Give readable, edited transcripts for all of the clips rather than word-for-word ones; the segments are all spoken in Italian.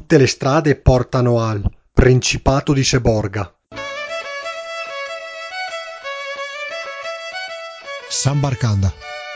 Tutte le strade portano al Principato di Seborga. Sammarcanda.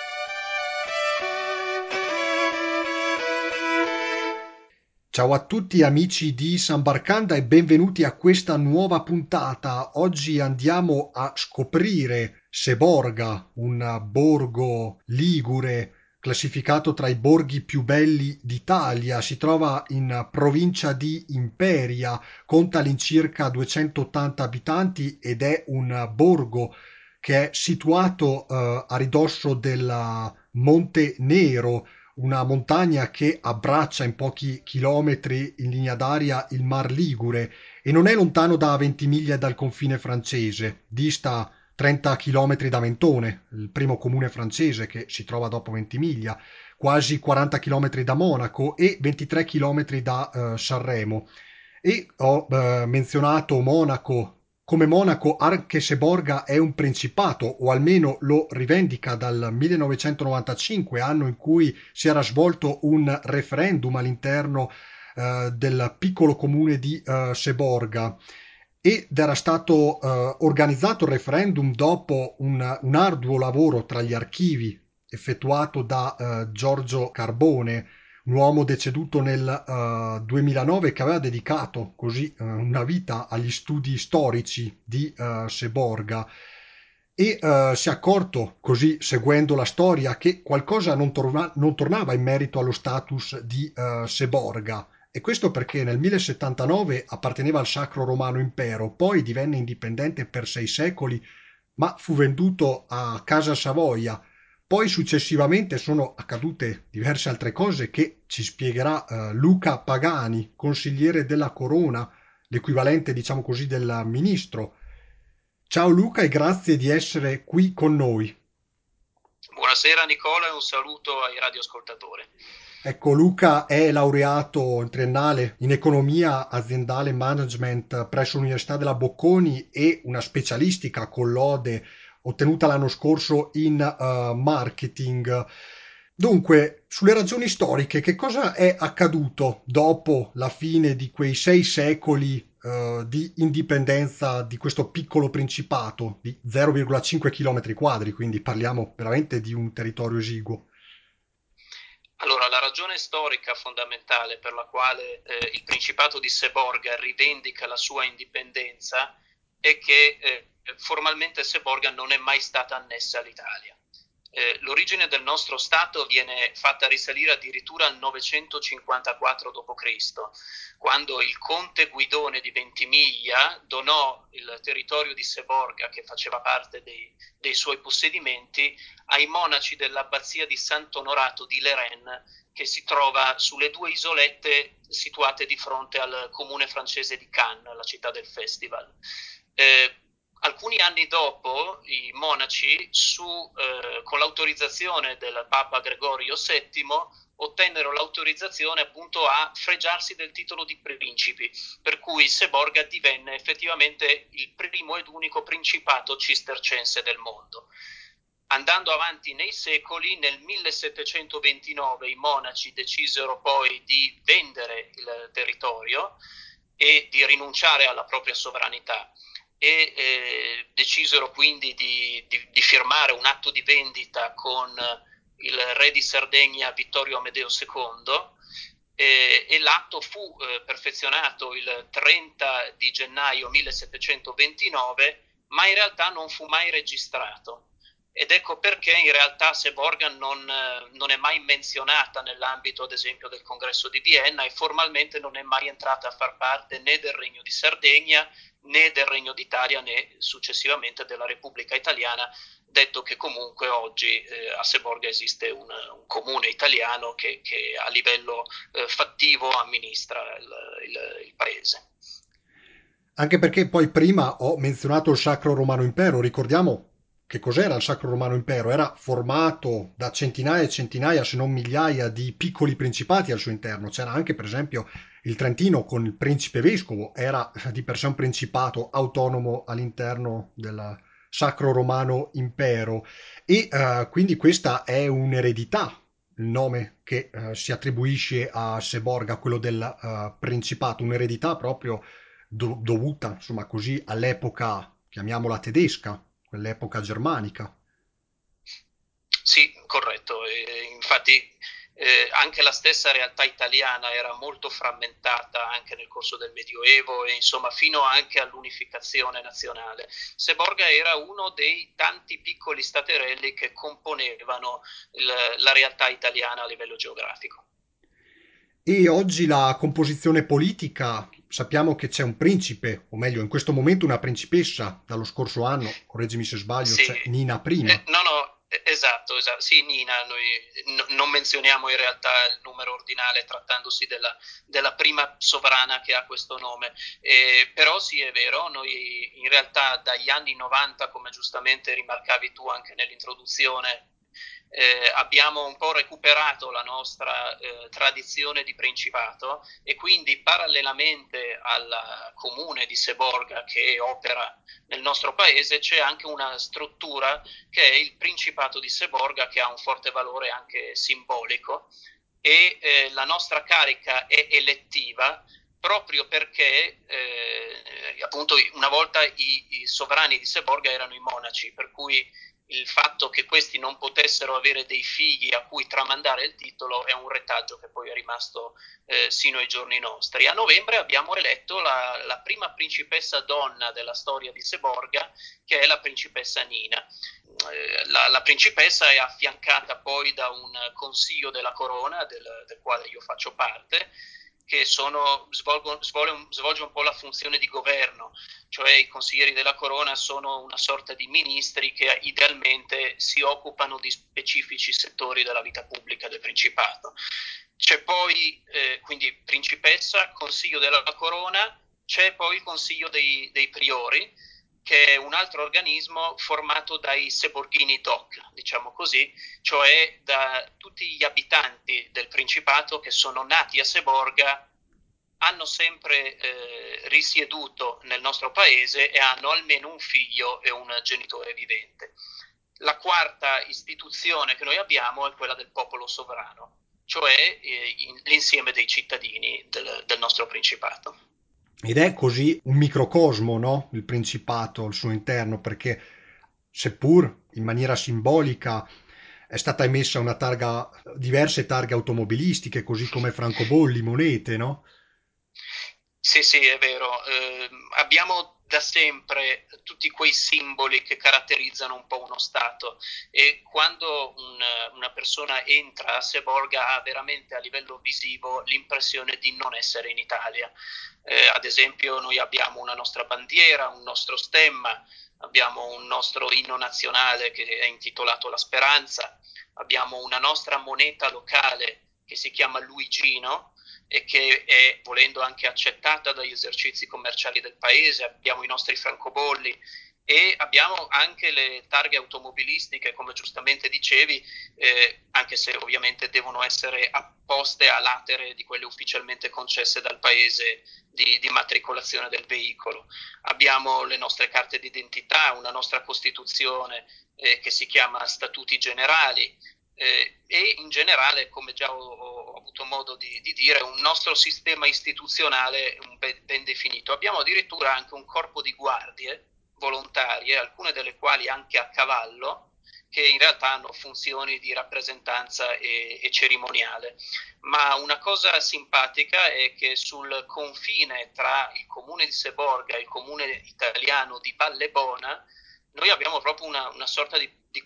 Ciao a tutti amici di Sammarcanda e benvenuti a questa nuova puntata. Oggi andiamo a scoprire Seborga, un borgo ligure classificato tra i borghi più belli d'Italia. Si trova in provincia di Imperia, conta all'incirca 280 abitanti ed è un borgo che è situato a ridosso del Monte Nero, una montagna che abbraccia in pochi chilometri in linea d'aria il Mar Ligure e non è lontano da 20 miglia dal confine francese, dista 30 chilometri da Mentone, il primo comune francese che si trova dopo Ventimiglia, quasi 40 chilometri da Monaco e 23 chilometri da Sanremo. E ho menzionato Monaco. Come Monaco, anche se Borga è un principato, o almeno lo rivendica dal 1995, anno in cui si era svolto un referendum all'interno del piccolo comune di Seborga ed era stato organizzato il referendum dopo un arduo lavoro tra gli archivi effettuato da Giorgio Carbone, un uomo deceduto nel 2009 che aveva dedicato così una vita agli studi storici di Seborga e si è accorto, così seguendo la storia, che qualcosa non tornava in merito allo status di Seborga. E questo perché nel 1079 apparteneva al Sacro Romano Impero, poi divenne indipendente per 6 secoli, ma fu venduto a Casa Savoia. Poi successivamente sono accadute diverse altre cose che ci spiegherà Luca Pagani, consigliere della Corona, l'equivalente, diciamo così, del ministro. Ciao Luca e grazie di essere qui con noi. Buonasera Nicola e un saluto ai radioascoltatori. Ecco, Luca è laureato in triennale in economia aziendale e management presso l'Università della Bocconi e una specialistica con lode ottenuta l'anno scorso in marketing. Dunque, sulle ragioni storiche, che cosa è accaduto dopo la fine di quei 6 secoli di indipendenza di questo piccolo principato di 0,5 km quadri, quindi parliamo veramente di un territorio esiguo? Allora, la ragione storica fondamentale per la quale il Principato di Seborga rivendica la sua indipendenza è che formalmente Seborga non è mai stata annessa all'Italia. L'origine del nostro Stato viene fatta risalire addirittura al 954 d.C., quando il conte Guidone di Ventimiglia donò il territorio di Seborga, che faceva parte dei suoi possedimenti, ai monaci dell'abbazia di Sant'Onorato di Lérène, che si trova sulle due isolette situate di fronte al comune francese di Cannes, la città del festival. Alcuni anni dopo i monaci, con l'autorizzazione del Papa Gregorio VII, ottennero l'autorizzazione appunto a fregiarsi del titolo di principi, per cui Seborga divenne effettivamente il primo ed unico principato cistercense del mondo. Andando avanti nei secoli, nel 1729 i monaci decisero poi di vendere il territorio e di rinunciare alla propria sovranità e decisero quindi di firmare un atto di vendita con il re di Sardegna Vittorio Amedeo II e l'atto fu perfezionato il 30 di gennaio 1729, ma in realtà non fu mai registrato. Ed ecco perché in realtà Seborga non è mai menzionata nell'ambito, ad esempio, del Congresso di Vienna e formalmente non è mai entrata a far parte né del Regno di Sardegna né del Regno d'Italia né successivamente della Repubblica Italiana, detto che comunque oggi a Seborga esiste un comune italiano che a livello fattivo amministra il paese. Anche perché poi prima ho menzionato il Sacro Romano Impero, ricordiamo che cos'era il Sacro Romano Impero? Era formato da centinaia e centinaia, se non migliaia, di piccoli principati al suo interno. C'era anche, per esempio, il Trentino con il principe vescovo, era di per sé un principato autonomo all'interno del Sacro Romano Impero. E quindi questa è un'eredità il nome che si attribuisce a Seborga, quello del Principato, un'eredità proprio dovuta, insomma, così all'epoca, chiamiamola tedesca, quell'epoca germanica. Sì, corretto. Infatti anche la stessa realtà italiana era molto frammentata anche nel corso del Medioevo e insomma fino anche all'unificazione nazionale. Seborga era uno dei tanti piccoli staterelli che componevano la realtà italiana a livello geografico. E oggi la composizione politica, sappiamo che c'è un principe, o meglio, in questo momento una principessa, dallo scorso anno, correggimi se sbaglio, Sì, c'è Nina Prima. no, no, esatto, esatto. Sì, Nina, noi non menzioniamo in realtà il numero ordinale trattandosi della prima sovrana che ha questo nome, però sì è vero, noi in realtà dagli anni 90, come giustamente rimarcavi tu anche nell'introduzione, abbiamo un po' recuperato la nostra tradizione di principato e quindi parallelamente al comune di Seborga che opera nel nostro paese c'è anche una struttura che è il Principato di Seborga che ha un forte valore anche simbolico e la nostra carica è elettiva proprio perché appunto una volta i sovrani di Seborga erano i monaci, per cui il fatto che questi non potessero avere dei figli a cui tramandare il titolo è un retaggio che poi è rimasto sino ai giorni nostri. A novembre abbiamo eletto la prima principessa donna della storia di Seborga, che è la principessa Nina. La principessa è affiancata poi da un consiglio della corona, del quale io faccio parte, che svolge un po' la funzione di governo, cioè i consiglieri della corona sono una sorta di ministri che idealmente si occupano di specifici settori della vita pubblica del Principato. C'è poi, quindi principessa, consiglio della corona, c'è poi il consiglio dei priori, che è un altro organismo formato dai seborghini doc, diciamo così, cioè da tutti gli abitanti del Principato che sono nati a Seborga, hanno sempre risieduto nel nostro paese e hanno almeno un figlio e un genitore vivente. La quarta istituzione che noi abbiamo è quella del popolo sovrano, cioè l'insieme dei cittadini del nostro Principato. Ed è così un microcosmo, no? Il Principato al suo interno, perché seppur in maniera simbolica è stata emessa una targa, diverse targhe automobilistiche, così come francobolli, monete, no? Sì, sì, è vero. Abbiamo da sempre tutti quei simboli che caratterizzano un po' uno Stato e quando una persona entra a Seborga ha veramente a livello visivo l'impressione di non essere in Italia. Ad esempio noi abbiamo una nostra bandiera, un nostro stemma, abbiamo un nostro inno nazionale che è intitolato La Speranza, abbiamo una nostra moneta locale che si chiama Luigino e che è volendo anche accettata dagli esercizi commerciali del paese, abbiamo i nostri francobolli e abbiamo anche le targhe automobilistiche, come giustamente dicevi, anche se ovviamente devono essere apposte a latere di quelle ufficialmente concesse dal paese di matricolazione del veicolo. Abbiamo le nostre carte d'identità, una nostra Costituzione che si chiama Statuti Generali, e in generale, come già ho avuto modo di dire, un nostro sistema istituzionale ben definito. Abbiamo addirittura anche un corpo di guardie volontarie, alcune delle quali anche a cavallo, che in realtà hanno funzioni di rappresentanza e cerimoniale. Ma una cosa simpatica è che sul confine tra il comune di Seborga e il comune italiano di Vallebona noi abbiamo proprio una sorta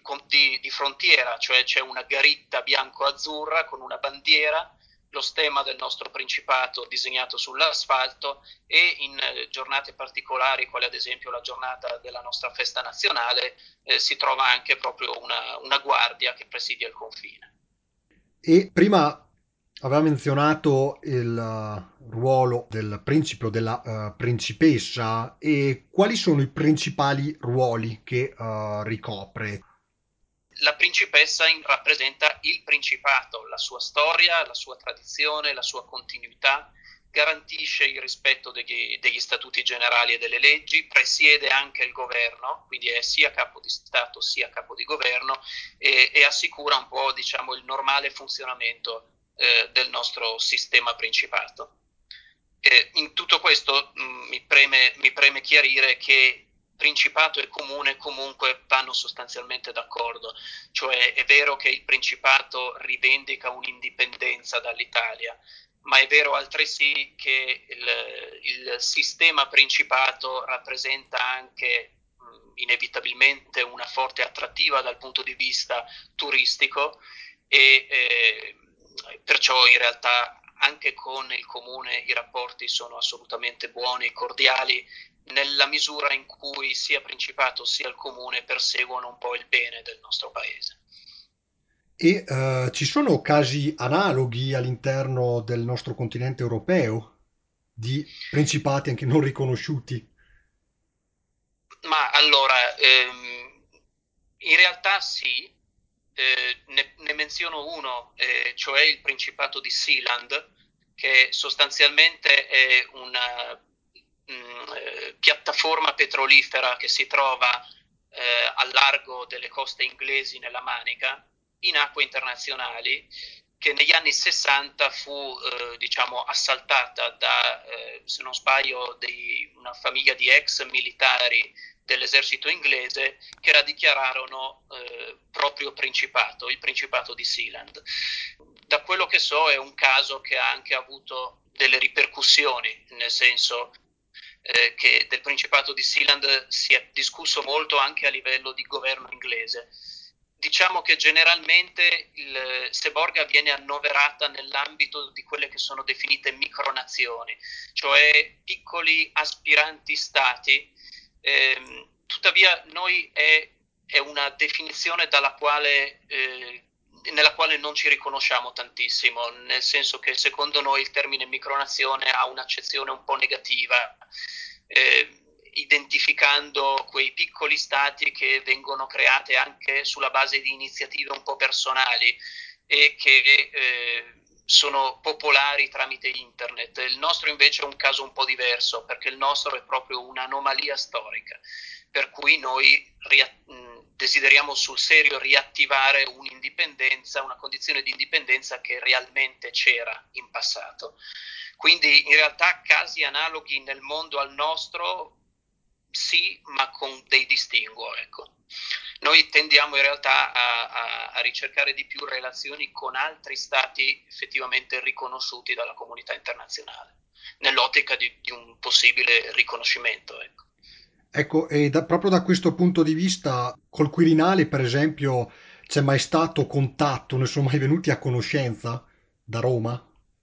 di frontiera, cioè c'è una garitta bianco-azzurra con una bandiera, lo stemma del nostro principato disegnato sull'asfalto e in giornate particolari, quale ad esempio la giornata della nostra festa nazionale, si trova anche proprio una guardia che presidia il confine. E prima aveva menzionato il ruolo del principe o della principessa e quali sono i principali ruoli che ricopre? La principessa rappresenta il principato, la sua storia, la sua tradizione, la sua continuità garantisce il rispetto degli statuti generali e delle leggi, presiede anche il governo, quindi è sia capo di Stato sia capo di governo e assicura un po', diciamo, il normale funzionamento del nostro sistema principato. In tutto questo mi preme chiarire che Principato e Comune comunque vanno sostanzialmente d'accordo, cioè è vero che il Principato rivendica un'indipendenza dall'Italia, ma è vero altresì che il sistema Principato rappresenta anche inevitabilmente una forte attrattiva dal punto di vista turistico e perciò in realtà anche con il comune i rapporti sono assolutamente buoni, cordiali, nella misura in cui sia Principato sia il comune perseguono un po' il bene del nostro paese. E ci sono casi analoghi all'interno del nostro continente europeo di principati anche non riconosciuti? Ma allora, in realtà sì, ne menziono uno, cioè il Principato di Sealand, che sostanzialmente è una piattaforma petrolifera che si trova al largo delle coste inglesi nella Manica, in acque internazionali, che negli anni 60 fu diciamo, assaltata da, se non sbaglio, una famiglia di ex militari dell'esercito inglese che la dichiararono proprio principato, il Principato di Sealand. Da quello che so è un caso che ha anche avuto delle ripercussioni, nel senso che del Principato di Sealand si è discusso molto anche a livello di governo inglese. Diciamo che generalmente Seborga viene annoverata nell'ambito di quelle che sono definite micronazioni, cioè piccoli aspiranti stati. Tuttavia noi è una definizione nella quale non ci riconosciamo tantissimo, nel senso che secondo noi il termine micronazione ha un'accezione un po' negativa, identificando quei piccoli stati che vengono creati anche sulla base di iniziative un po' personali e che sono popolari tramite internet. Il nostro invece è un caso un po' diverso, perché il nostro è proprio un'anomalia storica, per cui noi desideriamo sul serio riattivare un'indipendenza, una condizione di indipendenza che realmente c'era in passato. Quindi in realtà casi analoghi nel mondo al nostro sì, ma con dei distinguo, ecco. Noi tendiamo in realtà a ricercare di più relazioni con altri stati effettivamente riconosciuti dalla comunità internazionale, nell'ottica di un possibile riconoscimento, ecco. Ecco, e proprio da questo punto di vista, col Quirinale, per esempio, c'è mai stato contatto, ne sono mai venuti a conoscenza da Roma?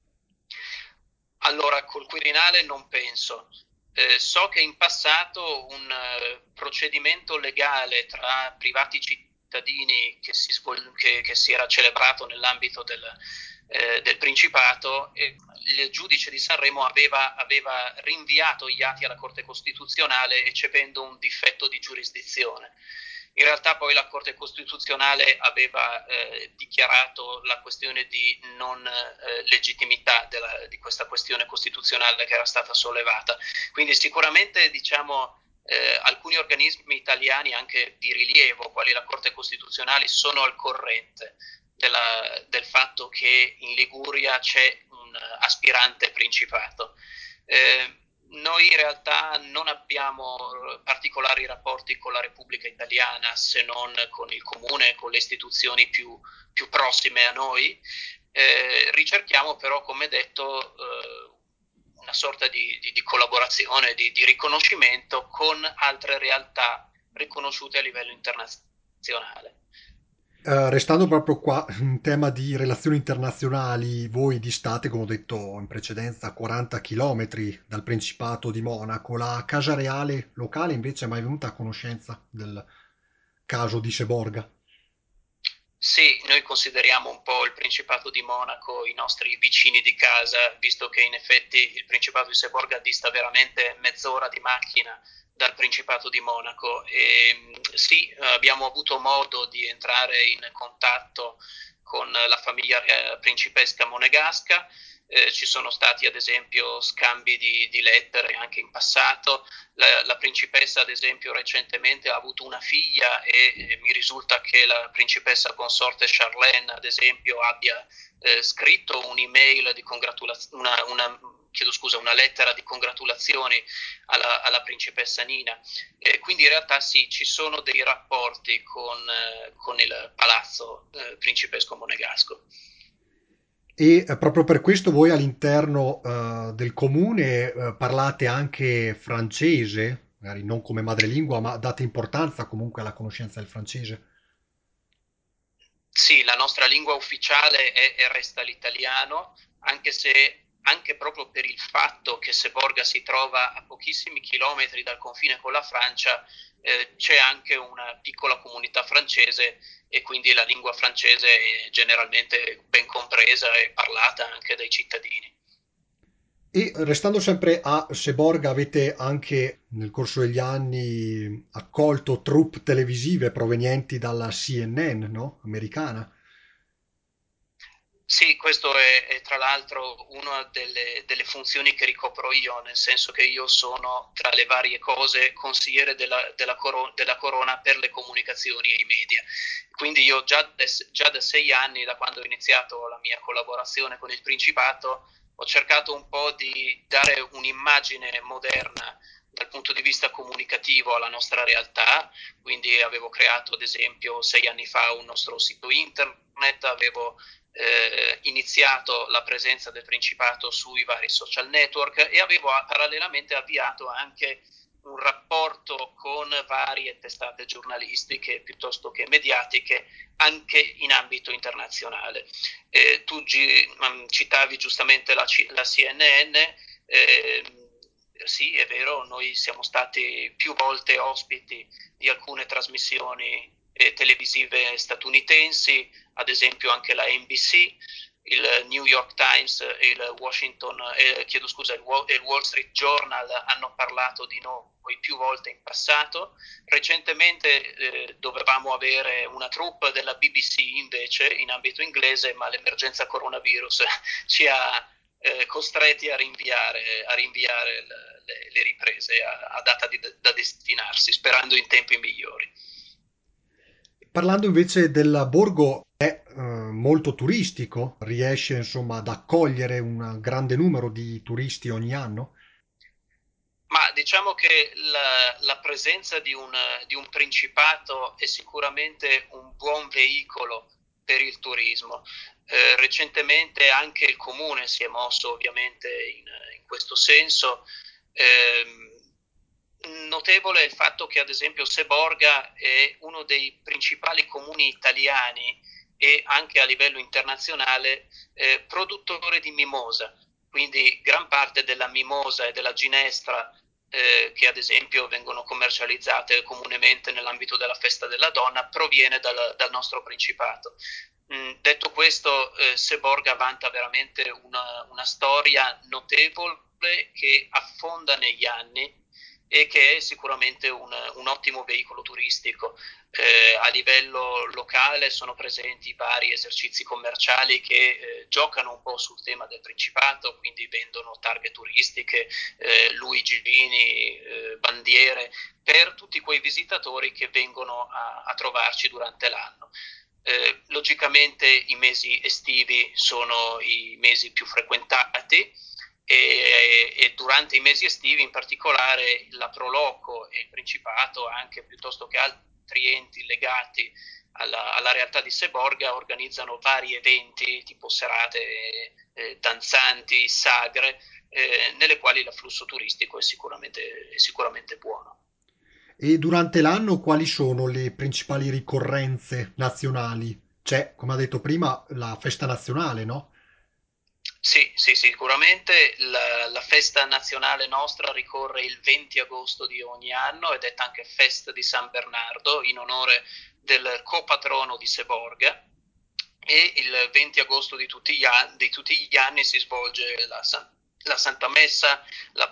Allora, col Quirinale non penso. So che in passato un procedimento legale tra privati cittadini che si era celebrato nell'ambito del Principato, e il giudice di Sanremo aveva rinviato gli atti alla Corte Costituzionale eccependo un difetto di giurisdizione. In realtà poi la Corte Costituzionale aveva dichiarato la questione di non legittimità di questa questione costituzionale che era stata sollevata. Quindi sicuramente diciamo alcuni organismi italiani anche di rilievo, quali la Corte Costituzionale, sono al corrente del fatto che in Liguria c'è un aspirante principato. Noi in realtà non abbiamo particolari rapporti con la Repubblica Italiana se non con il comune, con le istituzioni più prossime a noi. Ricerchiamo però, come detto, una sorta di collaborazione, di riconoscimento con altre realtà riconosciute a livello internazionale. Restando proprio qua in tema di relazioni internazionali, voi distate, come ho detto in precedenza, 40 km dal Principato di Monaco. La Casa Reale locale invece è mai venuta a conoscenza del caso di Seborga? Sì, noi consideriamo un po' il Principato di Monaco i nostri vicini di casa, visto che in effetti il Principato di Seborga dista veramente mezz'ora di macchina dal Principato di Monaco e sì, abbiamo avuto modo di entrare in contatto con la famiglia principesca monegasca, ci sono stati ad esempio scambi di lettere anche in passato. La principessa ad esempio recentemente ha avuto una figlia e mi risulta che la principessa consorte Charlene ad esempio abbia scritto un'email di congratulazione, chiedo scusa, una lettera di congratulazioni alla principessa Nina. Quindi in realtà sì, ci sono dei rapporti con il palazzo principesco monegasco. E proprio per questo voi all'interno del comune parlate anche francese, magari non come madrelingua, ma date importanza comunque alla conoscenza del francese. Sì, la nostra lingua ufficiale è e resta l'italiano, anche se anche proprio per il fatto che Seborga si trova a pochissimi chilometri dal confine con la Francia, c'è anche una piccola comunità francese e quindi la lingua francese è generalmente ben compresa e parlata anche dai cittadini. E restando sempre a Seborga, avete anche nel corso degli anni accolto troupe televisive provenienti dalla CNN, no? Americana. Sì, questo è tra l'altro una delle funzioni che ricopro io, nel senso che io sono tra le varie cose consigliere della Corona per le comunicazioni e i media. Quindi io già da 6 anni, da quando ho iniziato la mia collaborazione con il Principato, ho cercato un po' di dare un'immagine moderna dal punto di vista comunicativo alla nostra realtà, quindi avevo creato ad esempio 6 anni fa un nostro sito internet, avevo iniziato la presenza del Principato sui vari social network e avevo parallelamente avviato anche un rapporto con varie testate giornalistiche piuttosto che mediatiche anche in ambito internazionale. Tu citavi giustamente la CNN, sì è vero, noi siamo stati più volte ospiti di alcune trasmissioni televisive statunitensi, ad esempio anche la NBC, il New York Times e il Washington, chiedo scusa, il Wall Street Journal hanno parlato di noi più volte in passato. Recentemente dovevamo avere una troupe della BBC invece in ambito inglese, ma l'emergenza coronavirus ci ha costretti a rinviare le riprese a data da destinarsi, sperando in tempi migliori. Parlando invece del borgo, è molto turistico, riesce insomma ad accogliere un grande numero di turisti ogni anno. Ma diciamo che la presenza di un principato è sicuramente un buon veicolo per il turismo. Recentemente anche il comune si è mosso ovviamente in questo senso. Ehm, Notevole è il fatto che ad esempio Seborga è uno dei principali comuni italiani e anche a livello internazionale produttore di mimosa, quindi gran parte della mimosa e della ginestra che ad esempio vengono commercializzate comunemente nell'ambito della festa della donna proviene dal nostro principato. Detto questo, Seborga vanta veramente una storia notevole che affonda negli anni e che è sicuramente un ottimo veicolo turistico. A livello locale sono presenti vari esercizi commerciali che giocano un po' sul tema del Principato, quindi vendono targhe turistiche, luigini, bandiere per tutti quei visitatori che vengono a trovarci durante l'anno. Logicamente i mesi estivi sono i mesi più frequentati e durante i mesi estivi in particolare la Proloco e il Principato, anche piuttosto che altri enti legati alla realtà di Seborga, organizzano vari eventi tipo serate danzanti, sagre, nelle quali l'afflusso turistico è sicuramente buono. E durante l'anno quali sono le principali ricorrenze nazionali? C'è, come ha detto prima, la festa nazionale, no? Sì, sì, sicuramente la festa nazionale nostra ricorre il 20 agosto di ogni anno ed è anche festa di San Bernardo in onore del copatrono di Seborga e il 20 agosto di tutti gli anni si svolge la Santa Messa,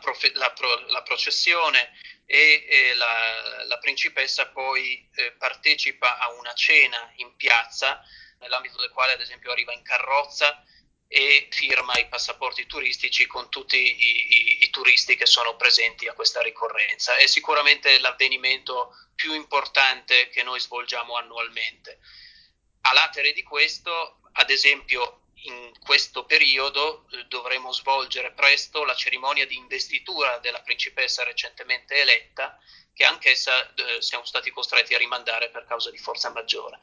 la processione e la principessa poi partecipa a una cena in piazza nell'ambito del quale ad esempio arriva in carrozza e firma i passaporti turistici con tutti i turisti che sono presenti a questa ricorrenza. È sicuramente l'avvenimento più importante che noi svolgiamo annualmente. A latere di questo, ad esempio, in questo periodo dovremo svolgere presto la cerimonia di investitura della principessa recentemente eletta, che anch'essa siamo stati costretti a rimandare per causa di forza maggiore.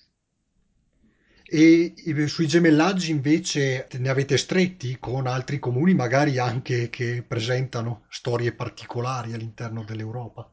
Sui gemellaggi invece ne avete stretti con altri comuni, magari anche che presentano storie particolari all'interno dell'Europa?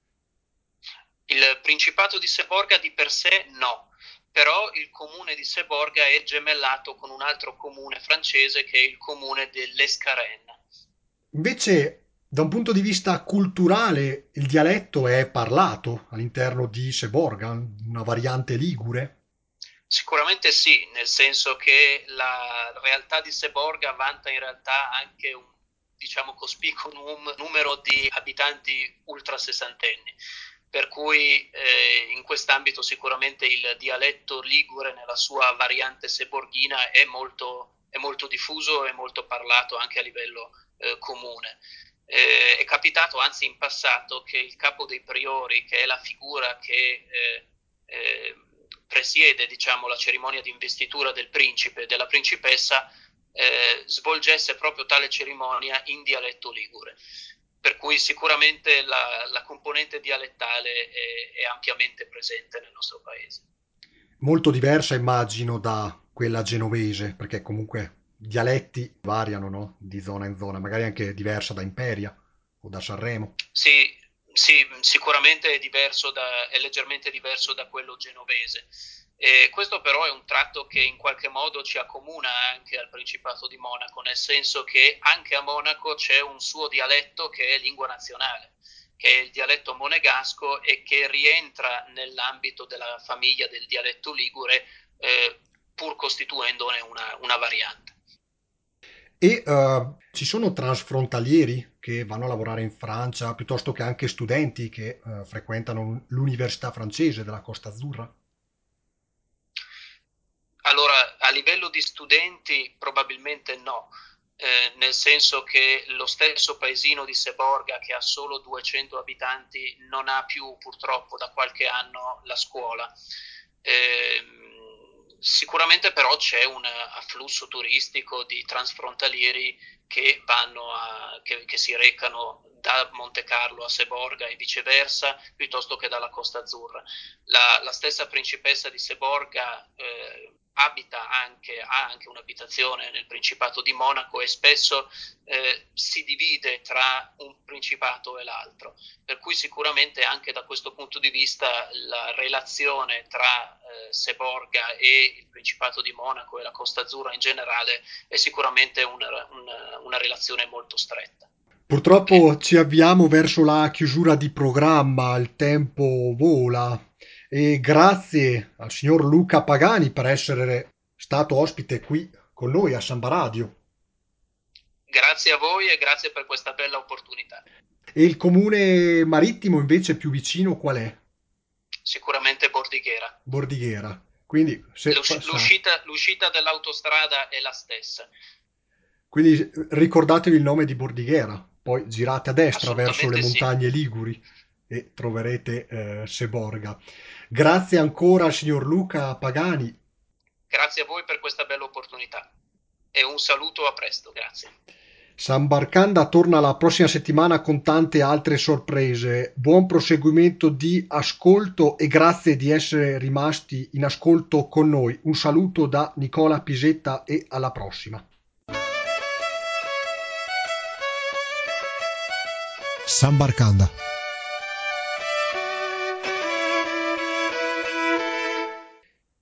Il Principato di Seborga di per sé no, però il comune di Seborga è gemellato con un altro comune francese che è il comune dell'Escarène. Invece, da un punto di vista culturale, il dialetto è parlato all'interno di Seborga, una variante ligure. Sicuramente sì, nel senso che la realtà di Seborga vanta in realtà anche un diciamo cospicuo numero di abitanti ultra sessantenni, per cui in quest'ambito sicuramente il dialetto ligure nella sua variante seborghina è molto diffuso e molto parlato anche a livello comune. È capitato anzi in passato che il capo dei priori, che è la figura che eh, presiede diciamo, la cerimonia di investitura del principe e della principessa, svolgesse proprio tale cerimonia in dialetto ligure. Per cui sicuramente la componente dialettale è ampiamente presente nel nostro paese. Molto diversa, immagino, da quella genovese, perché comunque i dialetti variano, no? Di zona in zona, magari anche diversa da Imperia o da Sanremo. Sì, sì, sicuramente è leggermente diverso da quello genovese. Questo però è un tratto che in qualche modo ci accomuna anche al Principato di Monaco, nel senso che anche a Monaco c'è un suo dialetto che è lingua nazionale, che è il dialetto monegasco e che rientra nell'ambito della famiglia del dialetto ligure, pur costituendone una variante. Ci sono transfrontalieri che vanno a lavorare in Francia, piuttosto che anche studenti che frequentano l'università francese della Costa Azzurra. Allora, a livello di studenti probabilmente no, nel senso che lo stesso paesino di Seborga, che ha solo 200 abitanti, non ha più purtroppo da qualche anno la scuola. Sicuramente però c'è un afflusso turistico di transfrontalieri che si recano da Monte Carlo a Seborga e viceversa, piuttosto che dalla Costa Azzurra. La stessa principessa di Seborga ha anche un'abitazione nel Principato di Monaco e spesso si divide tra un principato e l'altro, per cui sicuramente anche da questo punto di vista la relazione tra Seborga e il Principato di Monaco e la Costa Azzurra in generale è sicuramente una relazione molto stretta. Purtroppo ci avviamo verso la chiusura di programma, il tempo vola e grazie al signor Luca Pagani per essere stato ospite qui con noi a Samba Radio. Grazie a voi e grazie per questa bella opportunità. E il comune marittimo invece più vicino qual è? Sicuramente Bordighera. Bordighera. Quindi se passate. L'uscita dell'autostrada è la stessa. Quindi ricordatevi il nome di Bordighera, poi girate a destra verso le Assolutamente sì. montagne Liguri e troverete Seborga. Grazie ancora al signor Luca Pagani. Grazie a voi per questa bella opportunità e un saluto a presto, grazie. San Barcanda torna la prossima settimana con tante altre sorprese. Buon proseguimento di ascolto e grazie di essere rimasti in ascolto con noi. Un saluto da Nicola Pisetta e alla prossima. San Barcanda.